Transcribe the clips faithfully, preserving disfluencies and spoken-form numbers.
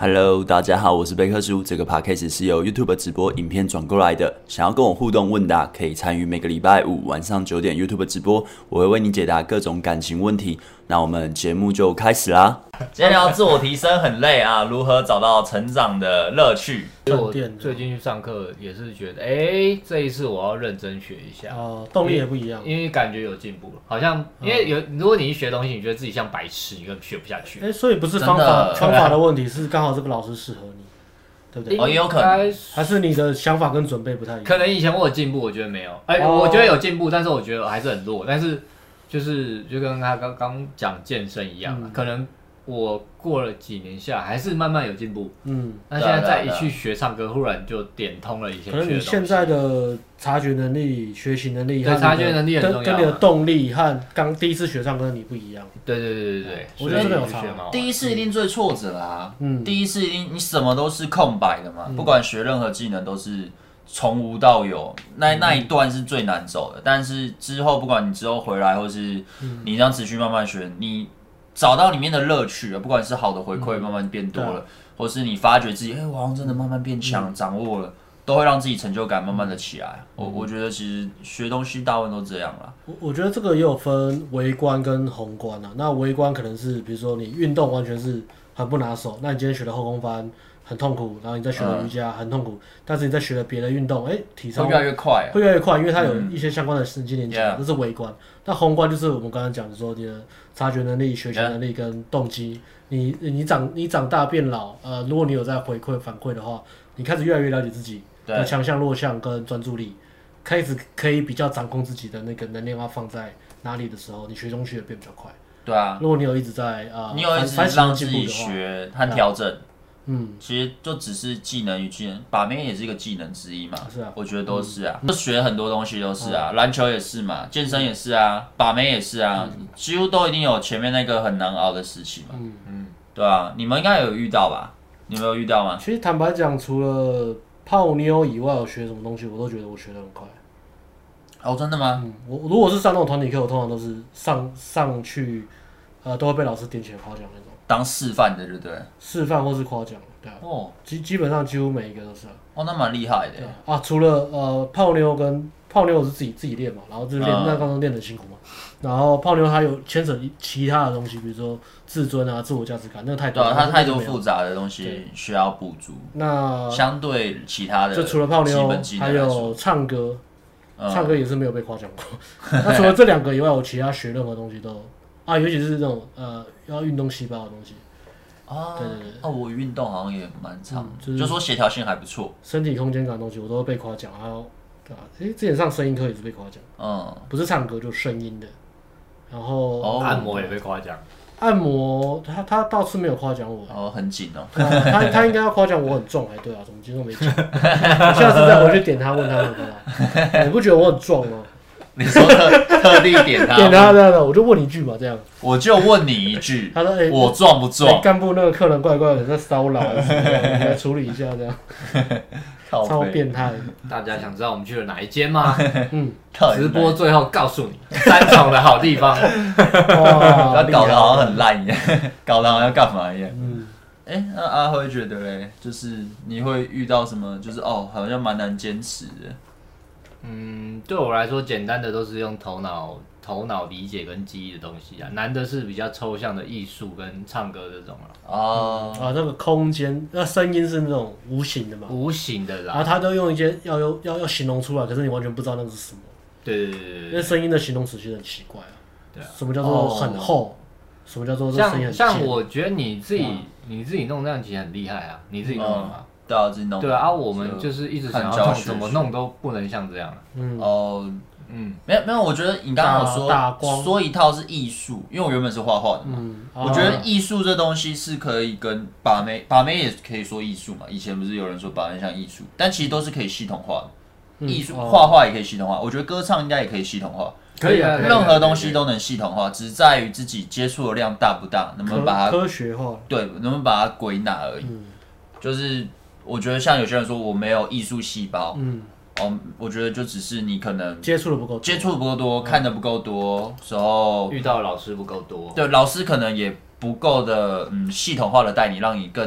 Hello， 大家好，我是贝克叔。这个 podcast 是由 YouTube 直播影片转过来的。想要跟我互动问答，可以参与每个礼拜五晚上九点 YouTube 直播，我会为你解答各种感情问题。那我们节目就开始啦。 今天聊自我提升很累啊，如何找到成长的乐趣？ 我最近去上课也是觉得，哎、欸，这一次我要认真学一下。 哦、呃，动力也不一样， 因为感觉有进步了。好像因为有，如果你一学东西，你觉得自己像白痴，你根本学不下去。 哎、欸，所以不是方法方法的问题，是刚好这个老师适合你，对不对？ 哦，也有可能， 还是你的想法跟准备不太一样。 可能以前我有进步，我觉得没有。哎、欸，哦、我觉得有进步，但是我觉得还是很弱。但是就是就跟他刚刚讲健身一样、嗯，可能。我过了几年下来，还是慢慢有进步。嗯，那现在再一去学唱歌，忽然就点通了以前学的东西。 可能你现在的察觉能力、学习能力， 对察觉能力很重要， 跟你的动力和刚第一次学唱歌你不一样。 对对对对对， 我觉得这个有差。 第一次一定最挫折啦，嗯，第一次一定你什么都是空白的嘛，嗯、不管学任何技能都是从无到有，那那一段是最难走的。但是之后不管你之后回来，或是你这样持续慢慢学，你。找到里面的乐趣，不管是好的回馈慢慢变多了，嗯、或是你发觉自己，哎、欸，我好像真的慢慢变强，嗯、掌握了，都会让自己成就感慢慢的起来。嗯、我我觉得其实学东西大部分都这样啦。 我我觉得这个也有分微观跟宏观啊。那微观可能是比如说你运动完全是很不拿手，那你今天学的后空翻很痛苦，然后你再学了瑜伽、嗯、很痛苦，但是你在学了别的运动，哎、欸，体操会越来越快、啊， 会越来越快，因为它有一些相关的神经连接，这、嗯、是微观。那宏观就是我们刚刚讲的说你的察觉能力、学习能力跟动机。你你长你长大变老，呃，如果你有在回馈反馈的话，你开始越来越了解自己的强项、弱项跟专注力，开始可以比较掌控自己的那个能量要放在哪里的时候，你学东西也变比较快。 对啊， 如果你有一直在呃， 你有一直让自己学和调整。嗯，其实就只是技能与技能，把妹也是一个技能之一嘛。 是啊， 我觉得都是啊，就、嗯、学很多东西都是啊，篮、嗯、球也是嘛，健身也是啊，把妹也是啊、嗯，几乎都一定有前面那个很难熬的时期嘛。嗯嗯，对啊，你们应该有遇到吧？你们有遇到吗？ 其实坦白讲，除了泡妞以外，我学什么东西，我都觉得我学得很快。 哦，真的吗？ 嗯，我如果是上那种团体课，我通常都是上上去，呃，都会被老师点起来夸奖那种。 当示范的，对不对？ 示范或是夸奖，对啊。哦，基基本上几乎每一个都是啊。 哦，那蛮厉害的。 对啊，啊除了呃泡妞跟泡妞我是自己自己练嘛，然后就是练、嗯、那刚刚练得很辛苦嘛。然后泡妞它有牵扯其他的东西，比如说自尊啊、自我价值感，那个太多。 对啊，它太多复杂的东西需要补足。 那相对其他的， 就除了泡妞，还有唱歌，嗯、唱歌也是没有被夸奖过。那除了这两个以外，我其他学任何东西都。啊，尤其是这种呃要运动细胞的东西啊，对对对，哦，我运动好像也蛮长、嗯，就是就说协调性还不错， 身体空间感的东西我都会被夸奖，还有对啊，哎、欸，之前上声音课也是被夸奖，嗯，不是唱歌就声音的，然后、 哦、按摩也被夸奖， 按摩他他倒是没有夸奖我， 哦，很紧哦， 啊、他他应该要夸奖我很壮才对啊，怎么今天都没讲？我下次再回去点他问他们干嘛？你不觉得我很壮吗？ 你说特特地点他， 点他这样的，我就问你一句嘛，这样。 我就问你一句， 他说：“哎、欸， 我壮不壮？” 干、欸、部那个客人怪怪的在骚扰，你来处理一下这样。超变态！ 大家想知道我们去了哪一间吗？嗯，直播最后告诉你三重的好地方。 哇，搞得好像很烂一样，搞得好像要干嘛一样。嗯，哎、欸，那阿辉觉得嘞，就是你会遇到什么？就是哦，好像蛮难坚持的。 嗯，对我来说，简单的都是用头脑、头脑理解跟记忆的东西啊。难的是比较抽象的艺术跟唱歌这种啊。 哦、嗯，啊，那个空间，那声音是那种无形的嘛？ 无形的啦。 然后他都用一些要要要要形容出来，可是你完全不知道那个是什么。 对对对对。 因为声音的形容词其实很奇怪啊。对啊。什么叫做很厚？哦、什么叫做这声音很像？像我觉得你自己、嗯、你自己弄这样其实很厉害啊，你自己弄的嘛。嗯对啊，自己弄。 对啊，我们就是一直想要弄，怎么弄都不能像这样。 嗯哦，嗯，没有没有，我觉得你刚刚有说说一套是艺术，因为我原本是画画的嘛。嗯、我觉得艺术这东西是可以跟把妹把妹也可以说艺术嘛。以前不是有人说把妹像艺术，但其实都是可以系统化的。艺术画画也可以系统化，我觉得歌唱应该也可以系统化。 可以啊， 任何东西都能系统化，只在于自己接触的量大不大，能不能把它科学化。 对，能不能把它归纳而已。嗯、就是。我觉得像有些人说我没有艺术细胞，嗯，哦，我觉得就只是你可能接触的不够多， 接触的不够多，嗯、看的不够多，时候遇到的老师不够多， 对，老师可能也不够的，嗯，系统化的带你，让你更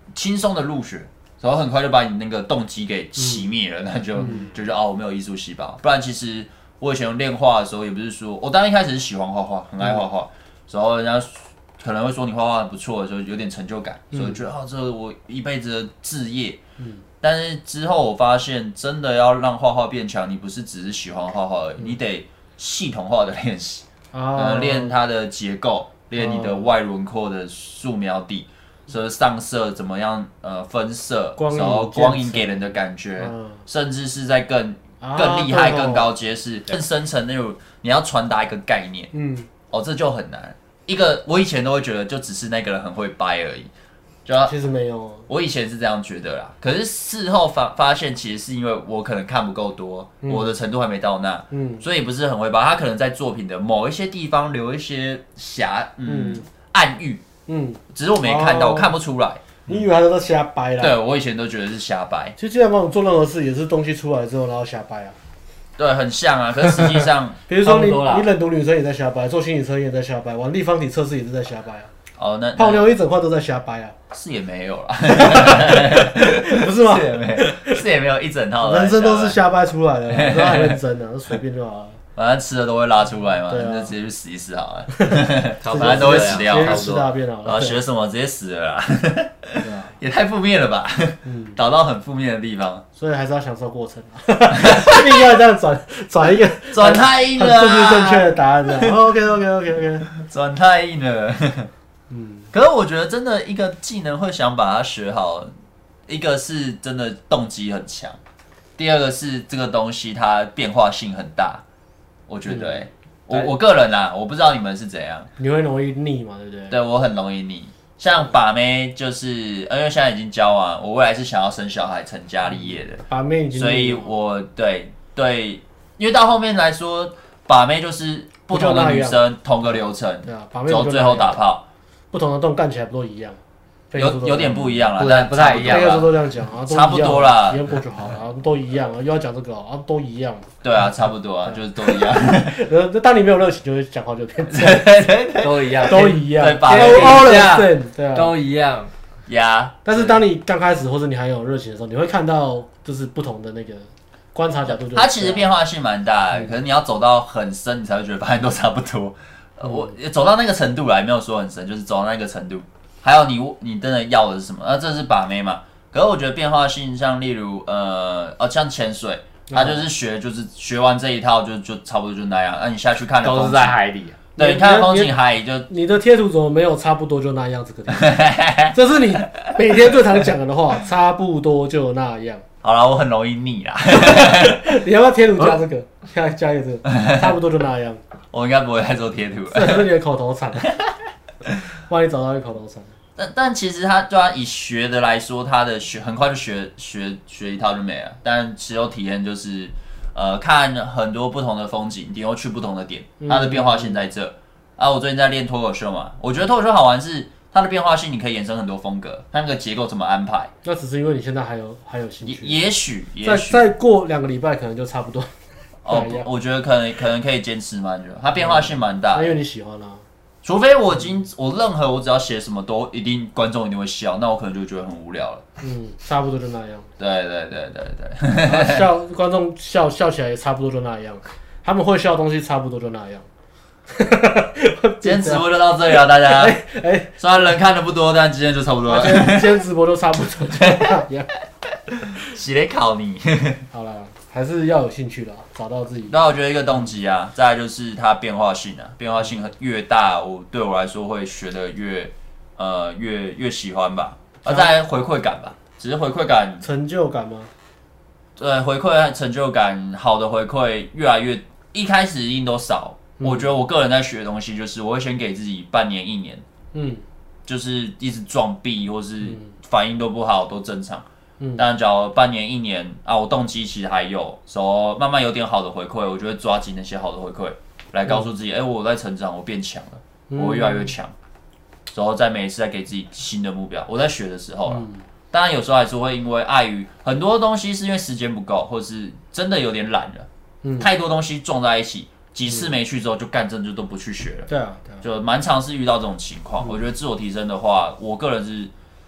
轻松的入学，然后很快就把你那个动机给熄灭了，那、嗯、就、嗯、就觉得哦，我没有艺术细胞。不然其实我以前练画的时候，也不是说我当然一开始是喜欢画画，很爱画画，然后人家可能会说你画画不错的时候，有点成就感，所以觉得哦，这是我一辈子的志业。嗯，但是之后我发现，真的要让画画变强，你不是只是喜欢画画而已，嗯、你得系统化的练习，哦、呃，练它的结构，练你的外轮廓的素描底。所以上色怎么样？呃，分色，然后光影给人的感觉，嗯、甚至是在更更厉害、啊、更高阶是更深层那种，你要传达一个概念，嗯，哦，这就很难。一个我以前都会觉得，就只是那个人很会掰而已，就其实没有。 我以前是这样觉得啦，可是事后发发现，其实是因为我可能看不够多，嗯、我的程度还没到那，嗯，所以不是很会掰。他可能在作品的某一些地方留一些瑕，嗯，嗯暗喻。嗯，只是我没看到，哦、我看不出来。 你以为他都瞎掰啦？ 对，我以前都觉得是瞎掰。 其实基本上做任何事也是东西出来之后，然后瞎掰啊。 对，很像啊。可是实际上， 比如说你你冷读女生也在瞎掰，做心理测验也在瞎掰，玩立方体测试也是在瞎掰啊。 哦，那泡妞一整块都在瞎掰啊。 是也没有啦， 不是吗？ 是也没有，是也没有一整套的。 人生都是瞎掰出来的，不要很认真的，随便就好了。 反正吃的都会拉出来嘛，你、啊、就直接去死一死好了。反正都会死掉， 直接吃大便好了。 然后学什么直接死了啦，也太负面了吧？嗯，导到很负面的地方。 所以还是要享受过程啊，一定要这样转转一个转太硬了， 政治正确的答案这样。OK OK OK OK， 转太硬了。嗯，可是我觉得真的一个技能会想把它学好，一个是真的动机很强，第二个是这个东西它变化性很大。我觉得、欸嗯，我我个人啦，我不知道你们是怎样。 你会容易腻嘛？对不对？ 对，我很容易腻。像把妹，就是因为现在已经交往，我未来是想要生小孩、成家立业的。 把妹已经， 所以我对对，因为到后面来说，把妹就是不同的女生同个流程， 对啊，把妹然后最后打炮， 不同的洞干起来不都一样？ 有有点不一样了， 但不太一样。 大家都这样讲啊， 差不多啦， 体验过就好了，都一样啊，又要讲这个啊，都一样。 对啊，差不多啊，就是都一样。 那当你没有热情，就会讲话就变这样，都一样， 都一样， 对， 都 all the same， 对啊， 都一样呀。 但是当你刚开始或者你还有热情的时候，你会看到就是不同的那个观察角度就。 它其实变化性蛮大的，可是你要走到很深，你才会觉得发现都差不多。我走到那个程度来，没有说很深，就是走到那个程度。还有你你真的要的是什么？那、啊、这是把妹嘛？可是我觉得变化性，像例如呃哦，像潜水，他就是学就是学完这一套就就差不多就那样。那、啊、你下去看的风景都是在海里、啊， 对，你看的风景海里就你的贴图怎么没有差不多就那样这个地方？这是你每天最常讲的话，差不多就那样。 好啦，我很容易腻啦。 你要不要贴图加这个？加加一个这个，差不多就那样。 我应该不会再做贴图了， 这是你的口头禅。万一找到一口头禅， 但但其实他对他以学的来说，他的学很快就学学学一套就没了。但持有体验就是，呃，看很多不同的风景，你又去不同的点，它的变化性在这。嗯、啊，我最近在练脱口秀嘛，我觉得脱口秀好玩是它的变化性，你可以衍生很多风格，它那个结构怎么安排。 那只是因为你现在还有还有兴趣。 也许， 再再过两个礼拜可能就差不多。 哦，我觉得可能可能可以坚持蛮久，它变化性蛮大、 嗯。因为你喜欢啊。 除非我今我任何我只要写什么都一定观众一定会笑，那我可能就觉得很无聊了。 嗯，差不多就那样。 对对对对对。 笑观众笑笑起来也差不多就那样，他们会笑的东西差不多就那样。 今天直播就到这里了，大家。哎、欸欸，虽然人看的不多，但今天就差不多了。 今天今天直播就差不多就那样。 洗雷考你。 好了。还是要有兴趣的、啊，找到自己。 那我觉得一个动机啊，再来就是它变化性啊，变化性越大，我对我来说会学的越呃越越喜欢吧。啊，再来回馈感吧，只是回馈感， 成就感吗？ 对，回馈和成就感，好的回馈越来越，一开始一定都少。嗯、我觉得我个人在学的东西，就是我会先给自己半年一年，嗯，就是一直撞壁或是反应都不好都正常。嗯，但假如半年一年啊，我动机其实还有，然后慢慢有点好的回馈，我就会抓紧那些好的回馈，来告诉自己，哎、嗯欸，我在成长，我变强了，我会越来越强，然后再每一次再给自己新的目标。我在学的时候啦，嗯、当然有时候还是会因为碍于很多东西是因为时间不够，或是真的有点懒了，嗯、太多东西撞在一起，几次没去之后就干真就都不去学了。 对啊，对啊， 就蛮常是遇到这种情况。嗯、我觉得自我提升的话，我个人是。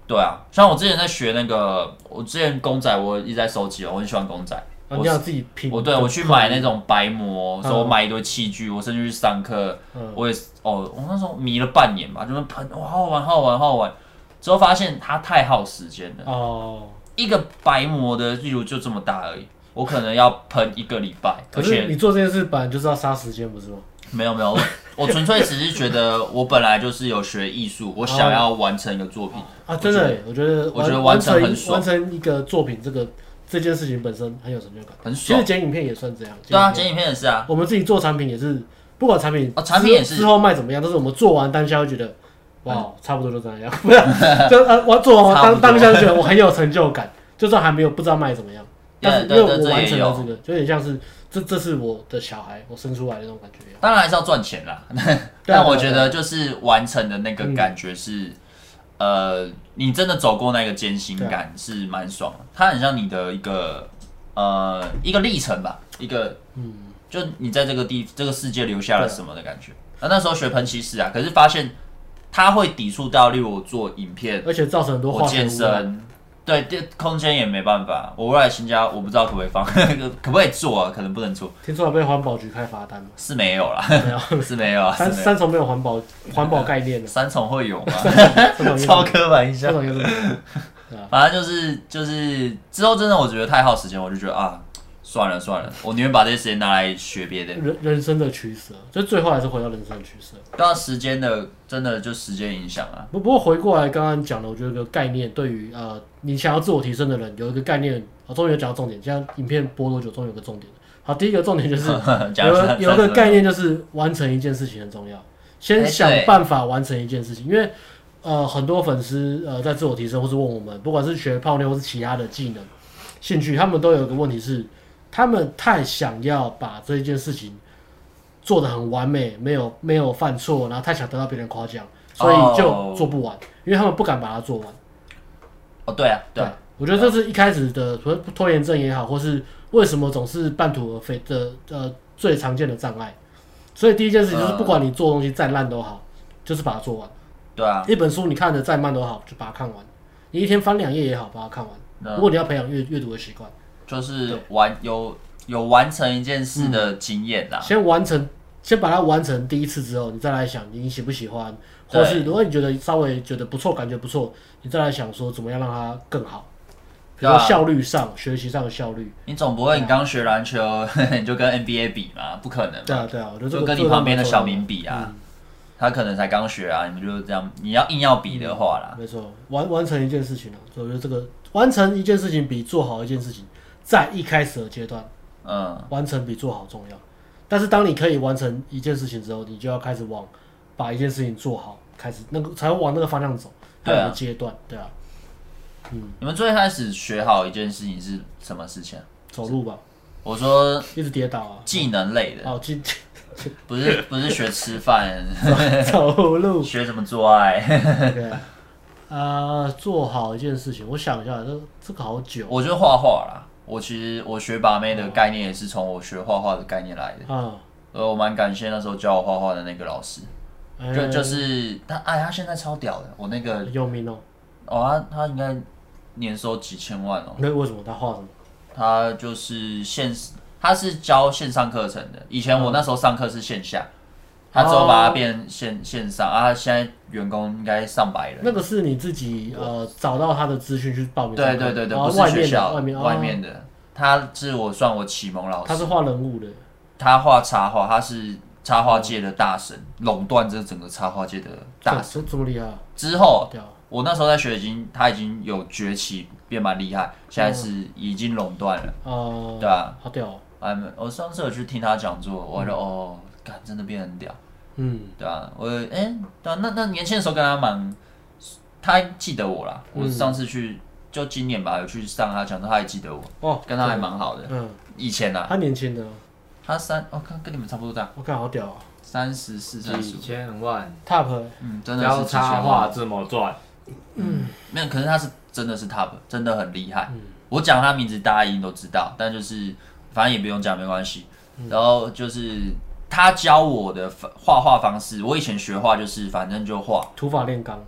对啊，像我之前在学那个，我之前公仔我一直在收集哦，我很喜欢公仔。 啊、你要自己拼。 我对我去买那种白模，说、嗯、我买一堆器具，我甚至去上课，嗯、我也哦，我那时候迷了半年吧，就是喷，哇，好好玩，好好玩，好好玩。之后发现它太耗时间了。哦。一个白模的，例如就这么大而已，我可能要喷一个礼拜。 可是你做这件事本来就是要杀时间，不是吗？ 没有没有，我纯粹只是觉得我本来就是有学艺术，我想要完成一个作品。 啊，真的，我觉得我觉得完成很爽， 完成一个作品这个。这件事情本身很有成就感， 很爽。 其实剪影片也算这样。 对啊，剪影片也是啊。 我们自己做产品也是，不管产品哦，产品也是之后卖怎么样，但是我们做完当下会觉得，哇，嗯、差不多就这样。不是，就呃，我做完当当下就觉得我很有成就感，就算还没有不知道卖怎么样，但是因为我完成了这个，就有点像是这这是我的小孩，我生出来的那种感觉。 当然还是要赚钱啦，但我觉得就是完成的那个感觉是。嗯呃，你真的走过那个艰辛感是蛮爽的，它很像你的一个呃一个历程吧，一个嗯，就你在这个地这个世界留下了什么的感觉。那那时候学喷漆师啊，可是发现它会抵触到，例如我做影片， 而且造成很多我健身，对，空间也没办法。我未来新家我不知道可不可以放，可不可以做啊？可能不能做。 听说要被环保局开罚单吗？ 是没有啦， 没有， 是没有啊。 三三重没有环保环保概念的， 三重会有吗？超刻板印象。反正就是就是之后真的我觉得太耗时间，我就觉得啊，算了算了，我宁愿把这些时间拿来学别的。 人人生的取舍，就最后还是回到人生的取舍。 刚刚时间的真的就时间影响啊。 不不过回过来刚刚讲的，我觉得有个概念对于呃你想要自我提升的人有一个概念，我终于有讲到重点。现在影片播多久，终于有个重点。好，第一个重点就是有个有个概念就是完成一件事情很重要，先想办法完成一件事情，因为呃很多粉丝呃在自我提升或是问我们，不管是学泡妞或是其他的技能兴趣，他们都有一个问题是。他们太想要把这一件事情做得很完美，没有没有犯错，然后太想得到别人夸奖，所以就做不完， oh. 因为他们不敢把它做完。 哦，对啊，对啊， 我觉得这是一开始的拖延症也好，或是为什么总是半途而废的呃最常见的障碍。所以第一件事情就是，不管你做东西再烂都好，就是把它做完。 对啊， 一本书你看的再慢都好，就把它看完。你一天翻两页也好，把它看完。如果你要培养阅阅读的习惯。 就是完有有完成一件事的经验啦、 嗯，先完成，先把它完成第一次之后，你再来想你喜不喜欢，或是如果你觉得稍微觉得不错，感觉不错，你再来想说怎么样让它更好，比如说效率上、啊、学习上的效率。 你总不会你刚学篮球你就跟 N B A 比嘛？不可能嘛。 对啊对啊，我觉得这个就跟你旁边的小明比啊、嗯，他可能才刚学啊，你们就这样，你要硬要比的话啦， 嗯、没错，完完成一件事情啊，所以我觉得这个完成一件事情比做好一件事情。在一开始的阶段，嗯，完成比做好重要。但是当你可以完成一件事情之后，你就要开始往把一件事情做好，开始那个才会往那个方向走。对啊，阶段，对啊， 嗯。你们最开始学好一件事情是什么事情、啊？ 走路吧。 我说一直跌倒啊。 技能类的。 哦，技。 不是不是学吃饭， 走路。 学怎么做爱。 对。啊、呃，做好一件事情，我想一下，这这个好久。 我觉得画画啦。我其实我学把妹的概念也是从我学画画的概念来的，嗯，呃，我蛮感谢那时候教我画画的那个老师，欸、就就是他，哎，他现在超屌的，我那个有名哦， 哦，他他应该年收几千万哦。 那为什么他画什么？ 他就是线，他是教线上课程的，以前我那时候上课是线下。他之后把它变线线上啊，现在员工应该上百人。 那个是你自己呃找到他的资讯去报名？ 对对对对，不是学校外面外面的。他是我算我启蒙老师。 他是画人物的。 他画插画，他是插画界的大神，垄断这整个插画界的大神。 这么厉害？ 之后我那时候在学，已经他已经有崛起，变蛮厉害，现在是已经垄断了。哦，对啊， 好屌。 哎，我上次有去听他讲座，我说哦。真的变很屌，嗯，对啊，我哎、欸，对啊，那那年轻的时候跟他蛮，他记得我啦。嗯、我上次去就今年吧，有去上他讲座，他还记得我，哦，跟他还蛮好的。嗯，以前啊， 他年轻的， 他三，我、哦、看跟你们差不多大。 我看好屌啊， 三十四、三十几千万 ，top， 嗯，真的是教插画这么赚， 嗯，没有，可是他是真的是 top， 真的很厉害。嗯、我讲他名字大家一定都知道，但就是反正也不用讲，没关系。嗯、然后就是。他教我的画画方式，我以前学画就是反正就画， 土法炼钢。 对，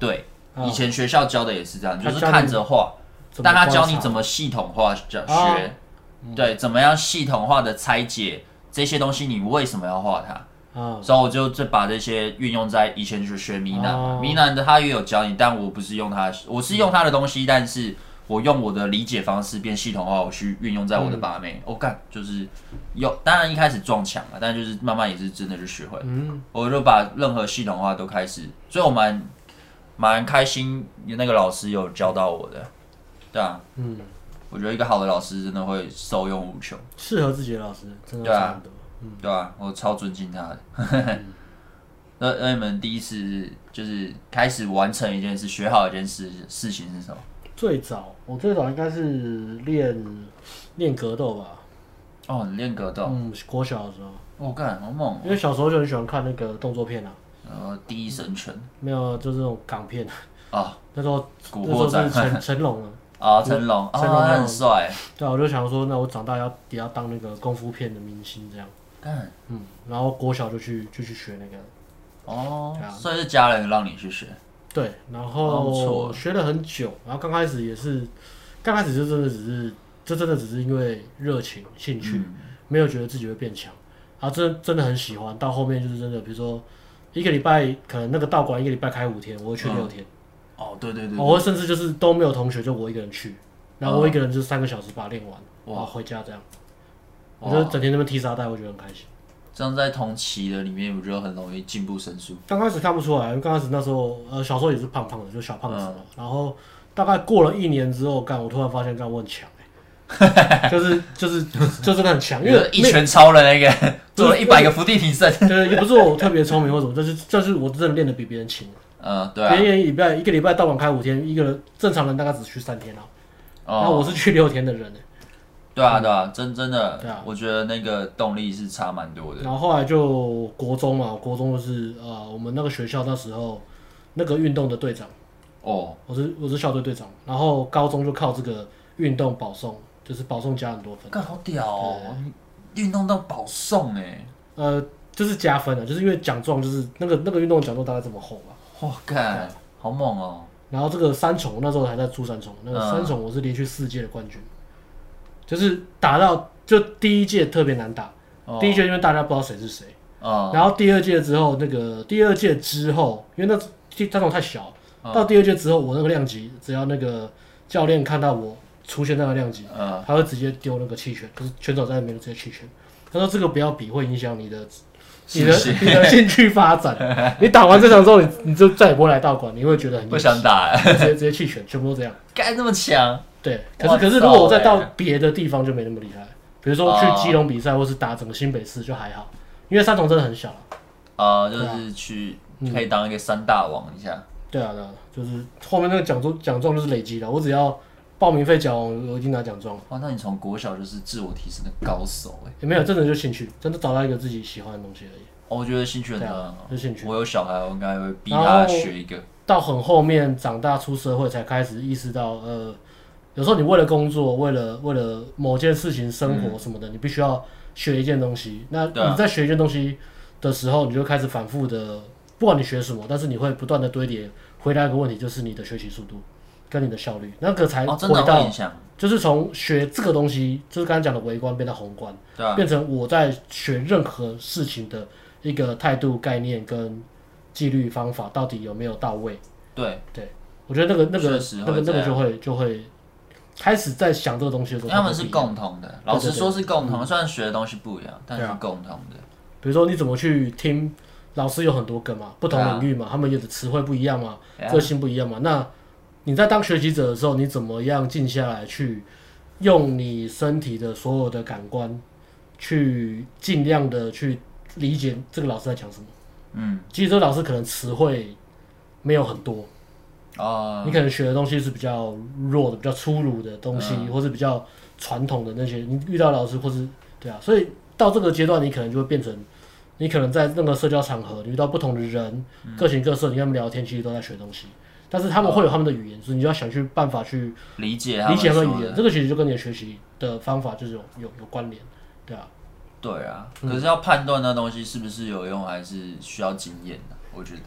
以前学校教的也是这样，就是看着画，但他教你怎么系统化学，对，怎么样系统化的拆解这些东西，你为什么要画它？啊，所以我就就把这些运用在以前学学迷南嘛，迷南的他也有教你，但我不是用他，我是用他的东西，但是我用我的理解方式变系统化，我去运用在我的把妹。我干、嗯哦、就是有，当然一开始撞墙了，但就是慢慢也是真的就学会。嗯，我就把任何系统化都开始，所以我蛮蛮开心，那个老师有教到我的，对啊，嗯，我觉得一个好的老师真的会受用无穷， 适合自己的老师真的差很多。 嗯、对啊，我超尊敬他的。嗯、那那你们第一次就是开始完成一件事、学好一件事事情是什么？ 最早我最早应该是练练格斗吧。 哦，你练格斗？ 嗯，国小的时候。 我、哦、干，好猛、哦！ 因为小时候就很喜欢看那个动作片啊。 呃，第一神拳。 没有，就是那种港片。 啊。 那时候古惑仔是成成龙啊。 啊，成龙，啊，他很帅。 对啊，我就想说，那我长大要也要当那个功夫片的明星这样。 干， 嗯，然后国小就去就去学那个， 哦，啊、所以是家人让你去学， 对，然后学了很久，然后刚开始也是，刚开始就真的只是，就真的只是因为热情兴趣，嗯、没有觉得自己会变强，然后真真的很喜欢，到后面就是真的，比如说一个礼拜可能那个道馆一个礼拜开五天，我会去六天， 嗯、哦，对对 对, 對， 我会甚至就是都没有同学，就我一个人去，然后我一个人就三个小时把它练完，然后回家这样。我就整天那边踢沙袋，我觉得很开心。 这样在同期的里面，我觉得很容易进步神速。 刚开始看不出来，因为刚开始那时候，呃，小时候也是胖胖的，就小胖子嘛。嗯、然后大概过了一年之后，干，我突然发现，干，我很强哎、欸，就是就是就真的很强，因为一拳超了那个，做了一百个伏地挺身。 对，也不是我特别聪明或什么，就是就是我真的练得比别人勤。 嗯，对啊。 别人礼拜一个礼拜道馆开五天，一个人正常人大概只去三天啊。哦。那我是去六天的人呢、欸。 对啊，对啊，真真的，对啊，我觉得那个动力是差蛮多的。 然后后来就国中嘛，国中就是呃，我们那个学校那时候那个运动的队长，哦，我是我是校队队长。然后高中就靠这个运动保送，就是保送加很多分。 干好屌哦，运动到保送哎。 呃，就是加分的，就是因为奖状就是那个那个运动奖状大概这么厚吧。 哇，干，好猛哦。 然后这个三重那时候还在出三重，那个三重我是连续四届的冠军。就是打到就第一届特别难打，哦、第一届因为大家不知道谁是谁，哦、然后第二届之后那个第二届之后，因为那第三种太小，哦、到第二届之后我那个量级，只要那个教练看到我出现那个量级，哦、他会直接丢那个弃权，就是拳手在那边直接弃权。他说这个不要比，会影响你的你的你的兴趣发展。你打完这场之后，你你就再也不会来道馆，你会觉得很不想打， 直接直接弃权，全部都这样。 该这么强？ 对，可是可是如果我再到别的地方就没那么厉害，比如说去基隆比赛，或是打整个新北市就还好，因为三重真的很小啊。呃，就是去可以当一个三大王一下。 对啊，对啊，就是后面那个奖状奖状就是累积的，我只要报名费缴，我已经拿奖状了。 哇，那你从国小就是自我提升的高手哎。 也没有，真的就兴趣，真的找到一个自己喜欢的东西而已。 哦，我觉得兴趣很重要， 就兴趣。 我有小孩，我应该会逼他学一个。 到很后面长大出社会，才开始意识到，呃。有时候你为了工作，为了为了某件事情、生活什么的，嗯、你必须要学一件东西。那你在学一件东西的时候，你就开始反复的，不管你学什么，但是你会不断的堆叠。回答一个问题，就是你的学习速度跟你的效率，那个才回到， 哦、 就是从学这个东西，就是刚才讲的微观变到宏观， 啊、 变成我在学任何事情的一个态度、概念跟纪律方法到底有没有到位？ 对对，我觉得那个那个那个那个就会就会。开始在想这个东西的时候， 他们是共同的。老实说是共同的，虽然学的东西不一样，但是共同的。 比如说你怎么去听，老师有很多个嘛，不同领域嘛，他们有的词汇不一样嘛，个性不一样嘛。那你在当学习者的时候，你怎么样静下来去用你身体的所有的感官，去尽量的去理解这个老师在讲什么？嗯，其实这个老师可能词汇没有很多。Uh, 你可能学的东西是比较弱的、比较粗鲁的东西， uh, 或是比较传统的那些，你遇到老师或是对啊，所以到这个阶段，你可能就会变成，你可能在任何社交场合，你遇到不同的人，嗯、各形各色，你跟他们聊天，其实都在学东西，但是他们会有他们的语言，所以你就要想去办法去理解理解他们的语言，这个其实就跟你的学习的方法就是有有有关联，对啊， 对啊，可是要判断那东西是不是有用，还是需要经验的，我觉得。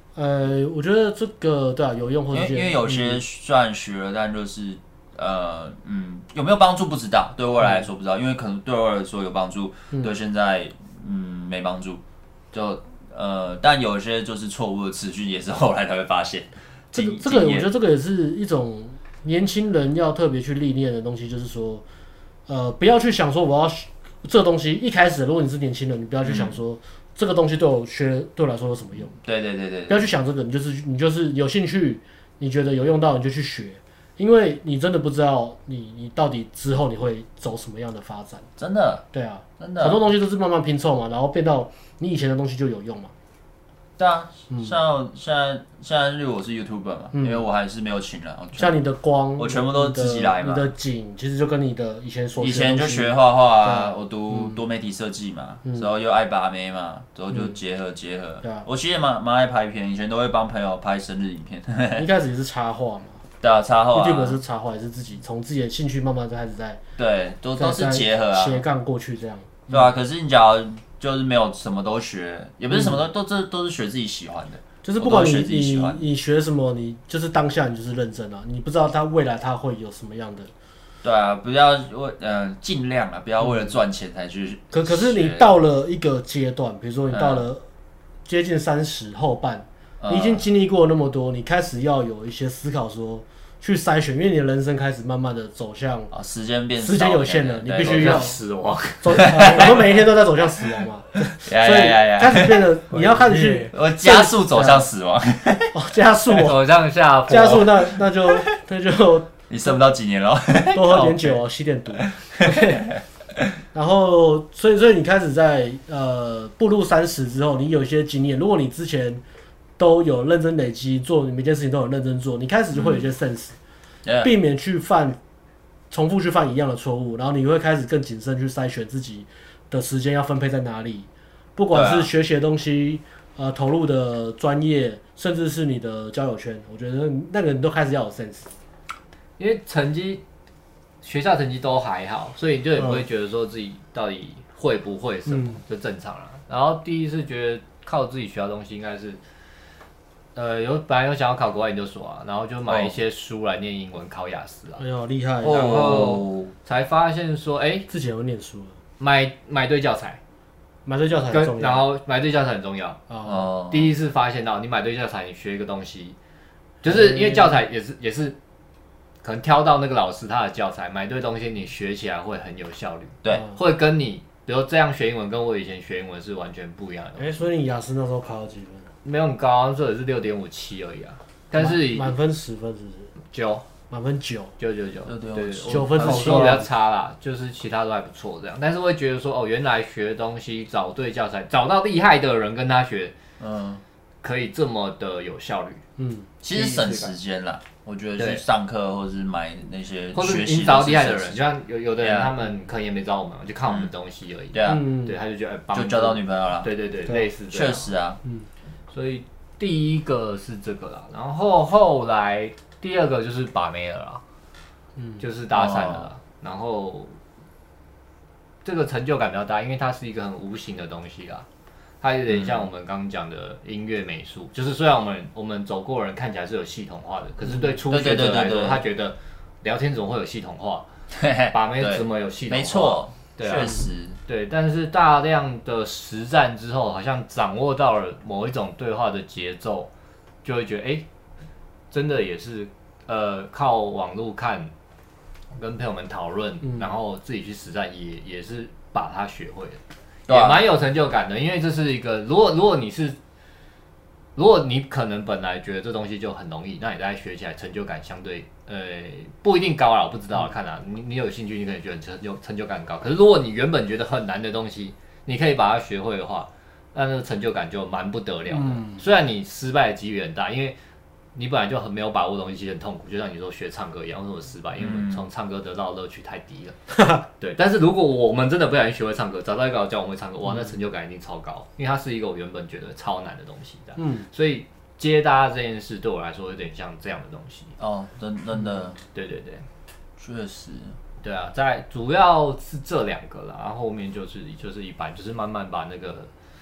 呃，我觉得这个对啊有用，或者因为因为有些虽然学了，但就是呃嗯有没有帮助不知道，对我来说不知道，因为可能对我来说有帮助，嗯、对现在嗯没帮助，就呃但有些就是错误的词句，也是后来才会发现。 这个这个我觉得这个也是一种年轻人要特别去历练的东西，就是说呃不要去想说我要这个东西一开始如果你是年轻人，你不要去想说。嗯这个东西对我学对我来说有什么用？ 对对对 对, 对， 不要去想这个，你就是你就是有兴趣，你觉得有用到你就去学，因为你真的不知道你你到底之后你会走什么样的发展。 真的， 对啊， 真的， 很多东西都是慢慢拼凑嘛，然后变到你以前的东西就有用嘛。 对啊，嗯、像现在现在因为我是 YouTuber 嘛，嗯、因为我还是没有请人， 像你的光， 我全部都自己来嘛。 你的景其实就跟你的以前所以前就学画画啊，我读多媒体设计嘛，嗯、然后又爱把妹嘛，之后就结合结合。 对啊， 我其实也蛮蛮爱拍片，以前都会帮朋友拍生日影片。 一开始也是插画嘛。 对啊，插画。 YouTube 是插画，也是自己从自己的兴趣慢慢开始在。 对，都都是结合啊， 斜杠过去这样。 对啊，可是你假如就是没有什么都学，也不是什么都、嗯、都这都是学自己喜欢的。 就是不管你你你学什么，你就是当下你就是认真啊，你不知道他未来他会有什么样的。 对啊，不要为呃尽量啊，不要为了赚钱才去。 可可是你到了一个阶段，比如说你到了接近三十后半，嗯、你已经经历过那么多，你开始要有一些思考说。去筛选，因为你的人生开始慢慢的走向啊，时间变时间有限了，你必须要死亡。 走，呃、我们每一天都在走向死亡嘛，所以开始变得你要开始去， 我加速走向死亡。 哦，加速走向下坡， 加速那那就那就你剩不到几年了， 多喝点酒哦，吸点毒。然后，所以所以你开始在呃步入三十之后，你有一些经验，如果你之前。都有认真累积，做你每件事情都有认真做，你开始就会有一些 sense，、嗯、避免去犯重复去犯一样的错误，然后你会开始更谨慎去筛选自己的时间要分配在哪里，不管是学习的东西，呃，投入的专业，甚至是你的交友圈，我觉得那个人都开始要有 sense， 因为成绩学校成绩都还好，所以你就也不会觉得说自己到底会不会什么，嗯、就正常了。然后第一是觉得靠自己学到东西应该是。呃，有本来有想要考国外研究所啊，然后就买一些书来念英文，考雅思啊。 哎呦，厉害！然后才发现说，哎、欸， 之前有念书了， 买买对教材， 买对教材很重要。 然后买对教材很重要。哦。第一次发现到，你买对教材，你学一个东西，就是因为教材也是也是，可能挑到那个老师他的教材，买对东西，你学起来会很有效率。 对。 会跟你，比如这样学英文，跟我以前学英文是完全不一样的。 哎、欸，所以你雅思那时候考了几分？ 没有很高，这也是六点五七而已啊。但是满分十分是不是？ 九， 满分九， 九九九，对对， 九分口说比较差啦，就是其他都还不错这样。但是会觉得说，哦，原来学东西找对教材，找到厉害的人跟他学，嗯，可以这么的有效率。 嗯， 其实省时间啦。我觉得去上课或是买那些或是你找厉害的人，就像有有的人他们可能也没找我们，就看我们的东西而已。 对啊， 对，他就觉得就交到女朋友了。 对对对，类似这样。确实啊， 嗯。所以第一个是这个啦，然后后来第二个就是把妹了啦，嗯，就是搭讪了啦，然后这个成就感比较大，因为它是一个很无形的东西啦，它有点像我们刚刚讲的音乐美术，嗯、就是虽然我们我们走过的人看起来是有系统化的，可是对初学者来说，他觉得聊天怎么会有系统化，把妹怎么有系统化？ 没错。 对啊， 确实， 对，但是大量的实战之后，好像掌握到了某一种对话的节奏，就会觉得，哎、欸，真的也是，呃，靠网络看，跟朋友们讨论，嗯、然后自己去实战，也也是把它学会了，啊、也蛮有成就感的。因为这是一个，如果如果你是，如果你可能本来觉得这东西就很容易，那你再学起来成就感相对。呃，不一定高啦，我不知道，看啊，你你有兴趣，你可能觉得成就成就感很高。可是如果你原本觉得很难的东西，你可以把它学会的话，那那个成就感就蛮不得了的。嗯、虽然你失败的几率很大，因为你本来就很没有把握的东西，其实很痛苦。就像你说学唱歌一样，为什么失败？因为我们从唱歌得到的乐趣太低了。对，但是如果我们真的不小心学会唱歌，找到一个教我们会唱歌，哇，那成就感一定超高，因为它是一个我原本觉得超难的东西的。嗯，所以。接搭这件事对我来说有点像这样的东西哦，真真的、嗯， 对对对， 确实， 对啊，在主要是这两个啦，然后后面就是就是一般，就是慢慢把那个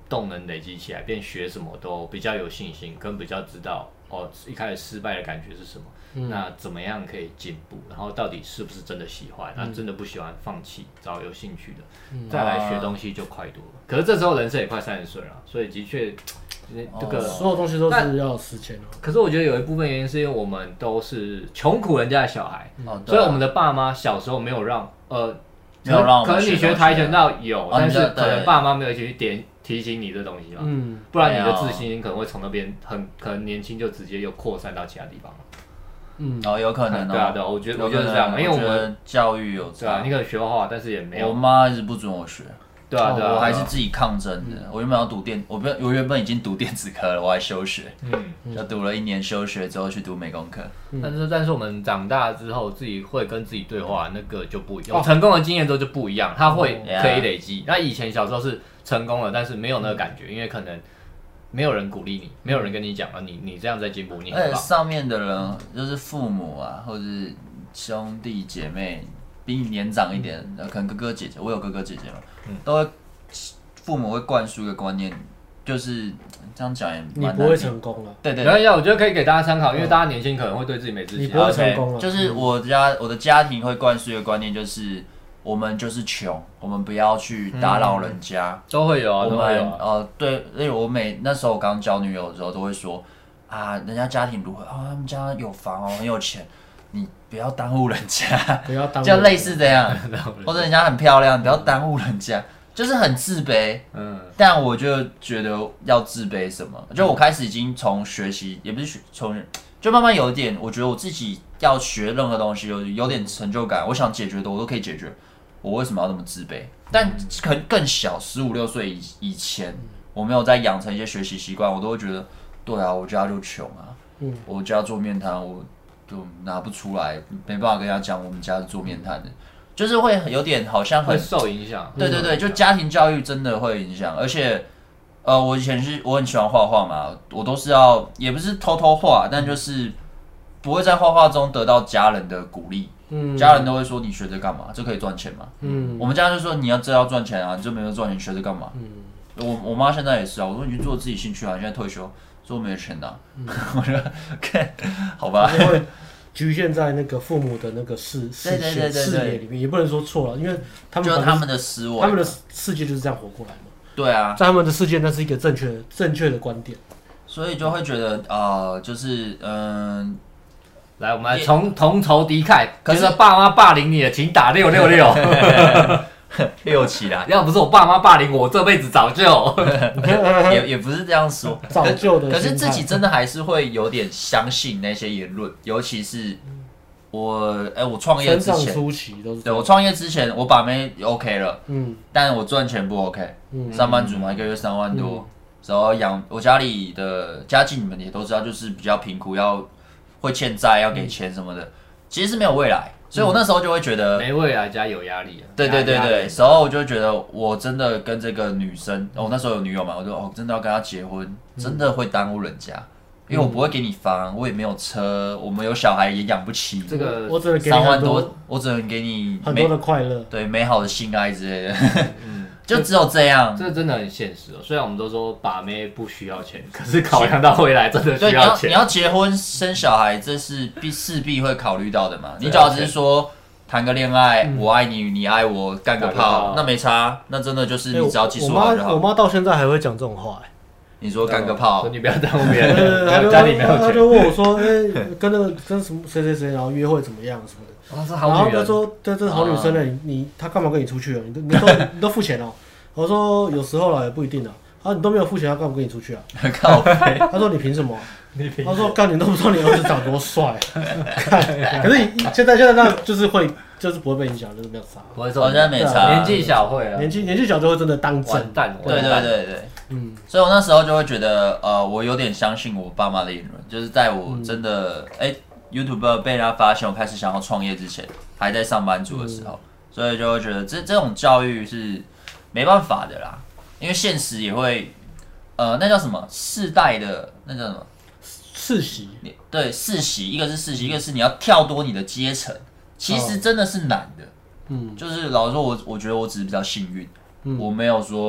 动能累积起来，变学什么都比较有信心，跟比较知道哦一开始失败的感觉是什么。嗯、那怎么样可以进步？然后到底是不是真的喜欢？那、嗯、真的不喜欢，放弃，找有兴趣的，嗯、再来学东西就快多了。可是这时候人生也快三十岁了，所以的确，这个、 哦、所有东西都是要时间哦。 可是我觉得有一部分原因是因为我们都是穷苦人家的小孩， 嗯啊、 所以我们的爸妈小时候没有让呃， 没有让我们可能你学跆拳道有， 哦、 但是可能爸妈没有一起去点。提醒你这东西嘛，嗯，不然你的自信心可能会从那边很可能年轻就直接又扩散到其他地方了。 嗯，哦，有可能哦。 对啊，对啊，我觉得我觉得是这样，因为我们教育有对啊，你可能学画画，但是也没有。 我妈一直不准我学。 对啊，对啊， 我还是自己抗争的。嗯、我原本要读电，我我原本已经读电子科了，我还休学，嗯，就读了一年休学之后去读美工科。 嗯、但是但是我们长大之后，自己会跟自己对话，那个就不一样。有成功的经验之后就不一样，它会可以累积。那以前小时候是成功了，但是没有那个感觉，因为可能没有人鼓励你，没有人跟你讲啊，你你这样在进步，你很棒。 而且上面的人就是父母啊，或者是兄弟姐妹。比你年长一点，可能哥哥姐姐，我有哥哥姐姐嘛，嗯、都会父母会灌输一个观念，就是这样讲也你不会成功了。 对对对，我觉得可以给大家参考，因为大家年轻可能会对自己没自信。 你不会成功了。 就是我家我的家庭会灌输一个观念，就是我们就是穷，我们不要去打扰人家。 嗯、都会有啊， 我们都会有、啊。 呃，对，因为我每那时候我刚交女友的时候，都会说啊，人家家庭如何啊、哦，他们家有房哦，很有钱。你不要耽误人家， 不要耽误， 就类似这样，或者人家很漂亮，不要耽误人家，就是很自卑。嗯，但我就觉得要自卑什么？就我开始已经从学习，也不是学从，就慢慢有一点，我觉得我自己要学任何东西有有点成就感，我想解决的我都可以解决，我为什么要那么自卑？但可能更小，十五六岁以以前，我没有在养成一些学习习惯，我都会觉得，对啊，我家就穷啊，嗯，我家做面摊，我。就拿不出来，没办法跟他讲我们家是做面摊的，就是会有点好像很会受影响。 对对对，就家庭教育真的会影响，而且呃，我以前是我很喜欢画画嘛，我都是要也不是偷偷画，但就是不会在画画中得到家人的鼓励。嗯，家人都会说你学这干嘛？这可以赚钱吗？嗯，我们家就说你要这要赚钱啊，你这没有赚钱学这干嘛？嗯，我我妈现在也是啊，我说你去做自己兴趣啊，你现在退休。说没有钱拿、啊，嗯、我觉得看好吧， 会局限在那个父母的那个视视野视野里面，也不能说错了，因为他们就是他们的思维， 他们的世界就是这样活过来嘛。 对啊， 在他们的世界，那是一个正确正确的观点， 所以就会觉得啊、呃，就是嗯、呃， 来，我们来从同仇敌忾，可是爸妈霸凌你了，请打六六六。 六起来， 要不是我爸妈霸凌我，这辈子早就也也不是这样说， 早就的。 可是自己真的还是会有点相信那些言论，尤其是我，哎、欸，我创业之前， 初期都是对我创业之前，我把妹 OK 了，嗯，但我赚钱不 OK，嗯，上班族嘛，一个月三万多，嗯、然后养我家里的家境，你们也都知道，就是比较贫苦，要会欠债，要给钱什么的，嗯、其实是没有未来。所以我那时候就会觉得没未来加有压力啊。 对对对对，时候我就觉得我真的跟这个女生，我、哦、那时候有女友嘛，我就哦真的要跟她结婚，真的会耽误人家，因为我不会给你房，我也没有车，我们有小孩也养不起。 这个我只能给你三万多，我只能给你很多的快乐， 对美好的性爱之类的。嗯，就只有这样。 这真的很现实哦。虽然我们都说把妹不需要钱，可是考量到未来真的需要钱。 对，你要你要结婚生小孩，这是必势必会考虑到的嘛。你只要只是说谈个恋爱，嗯、我爱你，你爱我，干个炮，那没差，那真的就是你只要技术好就好。 我妈我妈到现在还会讲这种话、欸。 你说干个炮， 你不要耽误别人，家里没有钱。 他就问我说：“哎、欸，跟那个跟什么谁谁谁，然后约会怎么样什么的？” 哦、是好然后他说：“这这是好女生呢、欸，你你他干嘛跟你出去啊？你都你都你都付钱哦。”我说：“有时候啦，也不一定啊。啊，你都没有付钱，他干嘛跟你出去啊？” 靠北他说：“你凭什么、啊？”他说：“干，你都不知道你儿子长多帅、啊。”可是现在现在那就是会。就是不会被影响，就是没有差， 不会受。 我现在没差， 年纪小会啊， 年纪年纪小就会真的当真。 完蛋， 对对对对，嗯。所以我那时候就会觉得，呃，我有点相信我爸妈的言论，就是在我真的哎、嗯欸、YouTube 被人家发现我开始想要创业之前，还在上班族的时候，嗯、所以就会觉得这这种教育是没办法的啦，因为现实也会，呃，那叫什么世代的那叫什么世袭？ 对，世袭，一个是世袭，一个是你要跳脱你的阶层。其实真的是难的，嗯，就是老实说我，我觉得我只是比较幸运，嗯，我没有说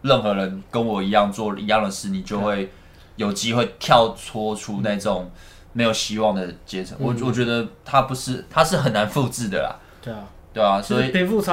任何人跟我一样做一样的事，你就会有机会跳脱出那种没有希望的阶层。嗯、我我觉得它不是，它是很难复制的啦。 对啊。 对啊，所以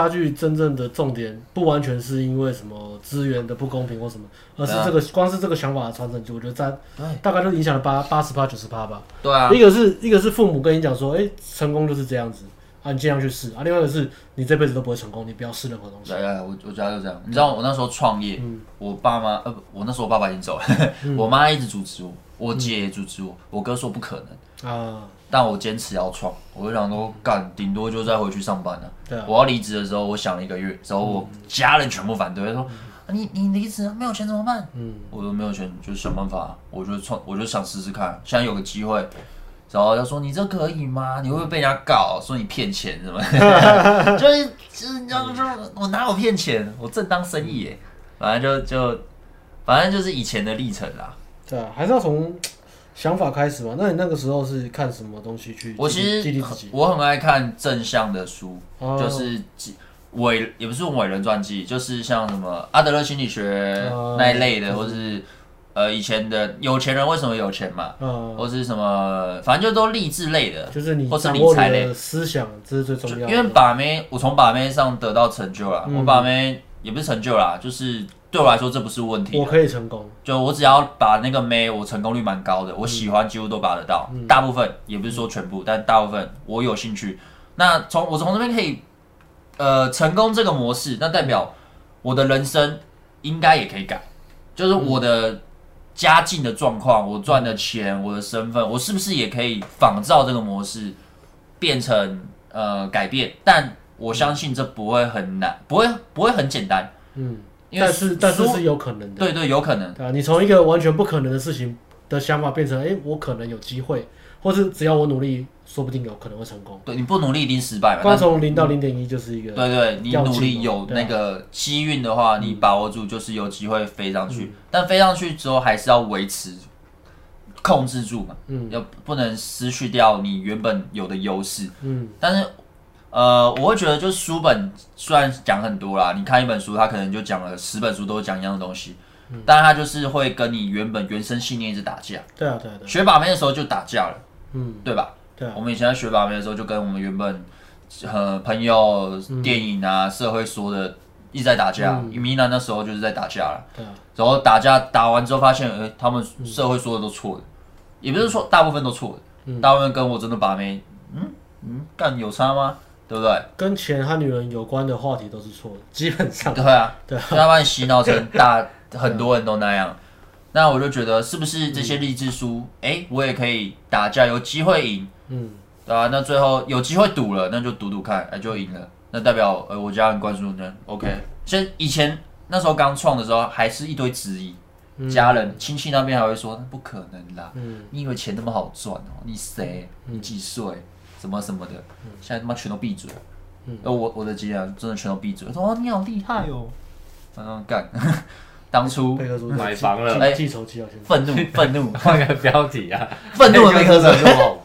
对啊， 一个是一个是父母跟你讲说，哎、欸，成功就是这样子啊，你尽量去试啊；另外一个是你这辈子都不会成功，你不要试任何东西。 对对，我我觉得就这样。你知道我那时候创业，嗯、我爸妈呃，我那时候我爸爸已经走了，嗯、我妈一直阻止我，我姐也阻止我，我哥说不可能啊。但我坚持要创，我就想说，干顶多就再回去上班了、啊。对啊、我要离职的时候，我想了一个月，之后我家人全部反对，说、嗯啊、你你离职没有钱怎么办？嗯，我说没有钱就想办法，我就创，我就想试试看，现在有个机会，然后他说你这可以吗？你会不会被人家告说你骗钱什么？就是就是你要说我哪有骗钱？我正当生意耶，反正就就反正就是以前的历程啦。 对啊，还是要从想法开始嘛？那你那个时候是看什么东西去我其实激励自己？ 我很爱看正向的书，哦、就是伟也不是伟人传记，就是像什么阿德勒心理学那一类的，哦、或是呃以前的有钱人为什么有钱嘛，哦、或是什么，反正就都励志类的， 就是你或是理财类的思想，这是最重要的。 因为把妹，我从把妹上得到成就啦，嗯、我把妹也不是成就啦，就是对我来说这不是问题。 我可以成功， 就我只要把那个妹，我成功率蛮高的，我喜欢几乎都把得到，嗯、大部分也不是说全部，但大部分我有兴趣。那从我从这边可以，呃，成功这个模式，那代表我的人生应该也可以改，就是我的家境的状况，我赚的钱，我的身份，我是不是也可以仿照这个模式变成呃改变？但我相信这不会很难，不会不会很简单。嗯。 但是但是是有可能的， 对对，有可能。 对啊，你从一个完全不可能的事情的想法变成，哎、欸，我可能有机会，或是只要我努力，说不定有可能会成功。 对，你不努力一定失败嘛。 光从零到零点一就是一个。 对对，你努力有那个机运的话，啊、你把握住就是有机会飞上去。嗯、但飞上去之后，还是要维持、控制住嘛，嗯，要不能失去掉你原本有的优势。嗯，但是。呃，我会觉得，就是书本虽然讲很多啦，你看一本书，它可能就讲了十本书都讲一样的东西，嗯、但它就是会跟你原本原生信念一直打架。 对啊，对啊，对啊。 学把妹的时候就打架了，嗯，对吧？ 对啊。 我们以前在学把妹的时候，就跟我们原本呃朋友、嗯、电影啊、社会说的一直在打架。嗯、米兰那时候就是在打架了，对啊。然后打架打完之后，发现，哎、欸，他们社会说的都错的，嗯、也不是说大部分都错的，嗯、大部分跟我真的把妹，嗯嗯，干有差吗？对不对？ 跟钱和女人有关的话题都是错的，基本上。 对啊，对啊，他把你洗脑成大，很多人都那样。那我就觉得，是不是这些励志书，哎、嗯，我也可以打架，有机会赢，嗯，对啊，那最后有机会赌了，那就赌赌看，哎，就赢了，那代表呃我家人关注呢 ，OK。其实以前那时候刚创的时候，还是一堆质疑，嗯、家人亲戚那边还会说不可能啦，嗯、你以为钱那么好赚哦？你谁？你几岁？什么什么的，嗯、现在他妈全都闭嘴。嗯，而我我的家人真的全都闭嘴。说、哦、你好厉害哦，反正干。当初买房了， 哎， 记仇记到现在， 愤怒愤怒， 换个标题啊， 愤怒的贝克书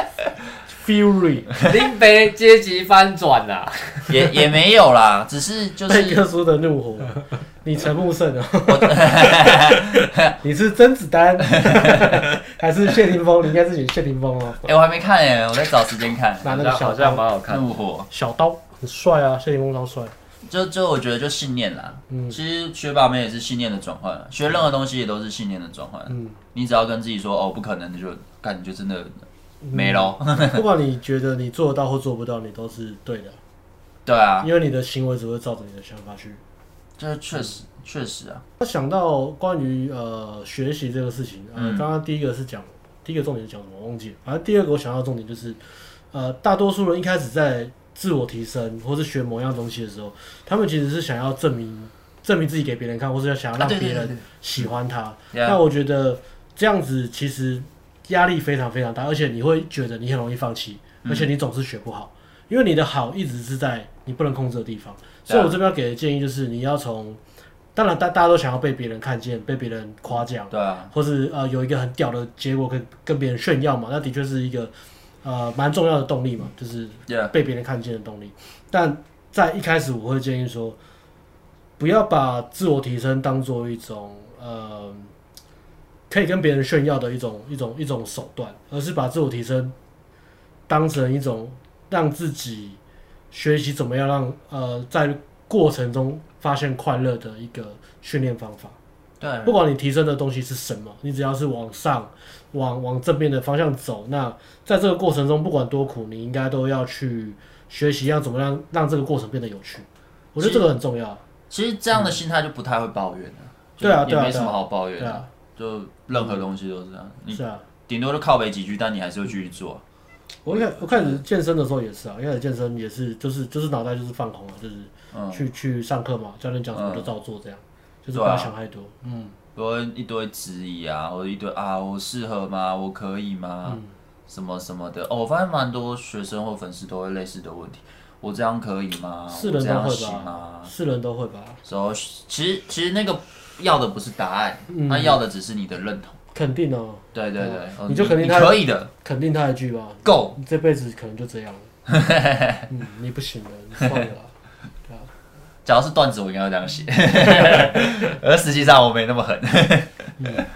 ，Fury， 林北阶级翻转啦， 也也没有啦，只是就是贝克书的怒火，你陈木胜啊，你是甄子丹还是谢霆锋？你应该是选谢霆锋哦。 哎、欸，我还没看哎，我在找时间看。 拿那个小好像蛮好看， 怒火小刀很帅啊，谢霆锋超帅。 就就我觉得就信念啦，嗯、其实学把妹也是信念的转换，学任何东西也都是信念的转换。嗯，你只要跟自己说哦不可能，你就干你就真的没咯。 嗯、不管你觉得你做得到或做不到，你都是对的。 对啊， 因为你的行为只会照着你的想法去。 这确实确、嗯、实啊。 我想到关于呃学习这个事情，呃，刚刚、嗯、第一个是讲第一个重点是讲什么我忘记了，反正第二个我想到的重点就是呃大多数人一开始在自我提升，或是学某样东西的时候，他们其实是想要证明证明自己给别人看，或是想要让别人喜欢他。那我觉得这样子其实压力非常非常大，而且你会觉得你很容易放弃，而且你总是学不好，因为你的好一直是在你不能控制的地方。所以我这边要给的建议就是，你要从当然大大家都想要被别人看见，被别人夸奖， 对啊， 或是呃有一个很屌的结果可以跟别人炫耀嘛，那的确是一个。呃，蛮重要的动力嘛，就是被别人看见的动力。Yeah. 但在一开始，我会建议说， 不要把自我提升当做一种呃可以跟别人炫耀的一种一种一种手段，而是把自我提升当成一种让自己学习怎么样让呃在过程中发现快乐的一个训练方法。 对， 不管你提升的东西是什么，你只要是往上、往往正面的方向走，那在这个过程中，不管多苦，你应该都要去学习，要怎么样让这个过程变得有趣。我觉得这个很重要。 其实这样的心态就不太会抱怨了。 对啊， 也没什么好抱怨的。 对啊， 就任何东西都是这样。你是啊， 顶多就靠北几句，但你还是会继续做。 我一开我开始健身的时候也是啊，一开始健身也是，就是就是脑袋就是放空啊，就是去、嗯、去上课嘛，教练讲什么就照做这样。就是不要想太多，嗯， 不会一堆质疑啊，或者一堆啊，我适合吗？我可以吗？嗯、什么什么的。哦，我发现蛮多学生或粉丝都会类似的问题，我这样可以吗？ 是人都会吧？ 是人都会吧？ 所以其实其实那个要的不是答案，嗯、他要的只是你的认同。 肯定哦。 对对对，哦、 你就肯定他可以的， 肯定他一句吧。 够， 你这辈子可能就这样了。嗯，你不行了，你算了啦。 假如是段子，我应该会这样写，而实际上我没那么狠。 嗯